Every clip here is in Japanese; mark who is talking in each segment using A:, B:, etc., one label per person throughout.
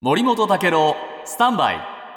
A: 森本武郎スタンバイ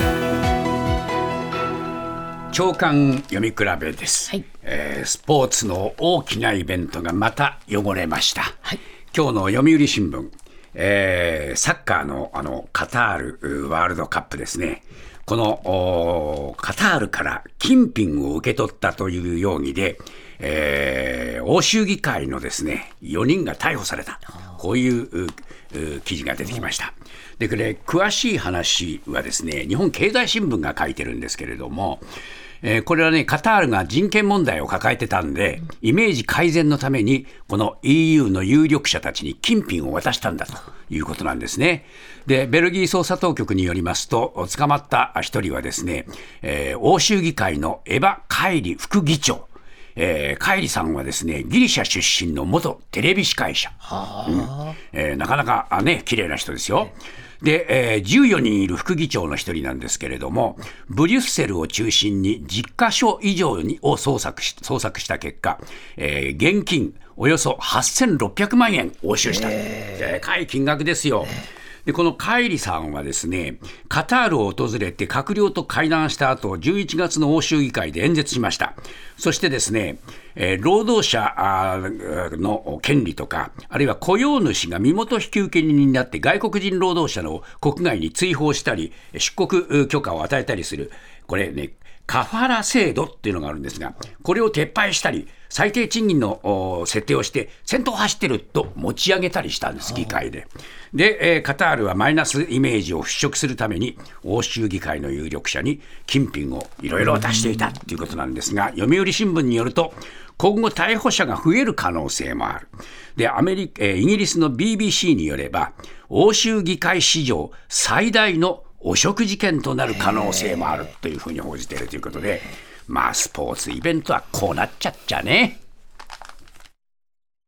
B: 朝刊読み比べです、
C: はい。
B: スポーツの大きなイベントがまた汚れました、
C: はい。
B: 今日の読売新聞、サッカーのカタールワールドカップですね。このカタールから金品を受け取ったという容疑で、欧州議会のですね4人が逮捕された、こういう記事が出てきました。でこれ詳しい話はですね、日本経済新聞が書いてるんですけれども、これはね、カタールが人権問題を抱えてたんで、イメージ改善のためにこの EU の有力者たちに金品を渡したんだということなんですね。でベルギー捜査当局によりますと、捕まった一人はですね、欧州議会のエバ・カイリ副議長、カイリさんはですね、ギリシャ出身の元テレビ司会者、なかなかね綺麗な人ですよ。で、14人いる副議長の一人なんですけれども、ブリュッセルを中心に10カ所以上を捜索した結果、現金およそ8600万円押収した、でかい金額ですよ。でこのカイリさんはですね、カタールを訪れて閣僚と会談した後、11月の欧州議会で演説しました。そしてですね、労働者の権利とか、あるいは雇用主が身元引受人になって外国人労働者の国外に追放したり出国許可を与えたりする、これね、カファラ制度っていうのがあるんですが、これを撤廃したり最低賃金の設定をして先頭を走ってると持ち上げたりしたんです、議会で。で、カタールはマイナスイメージを払拭するために欧州議会の有力者に金品をいろいろ渡していたということなんですが、読売新聞によると今後逮捕者が増える可能性もある。でイギリスの BBC によれば、欧州議会史上最大の汚職事件となる可能性もあるというふうに報じているということで、まあスポーツイベントはこうなっちゃっちゃね。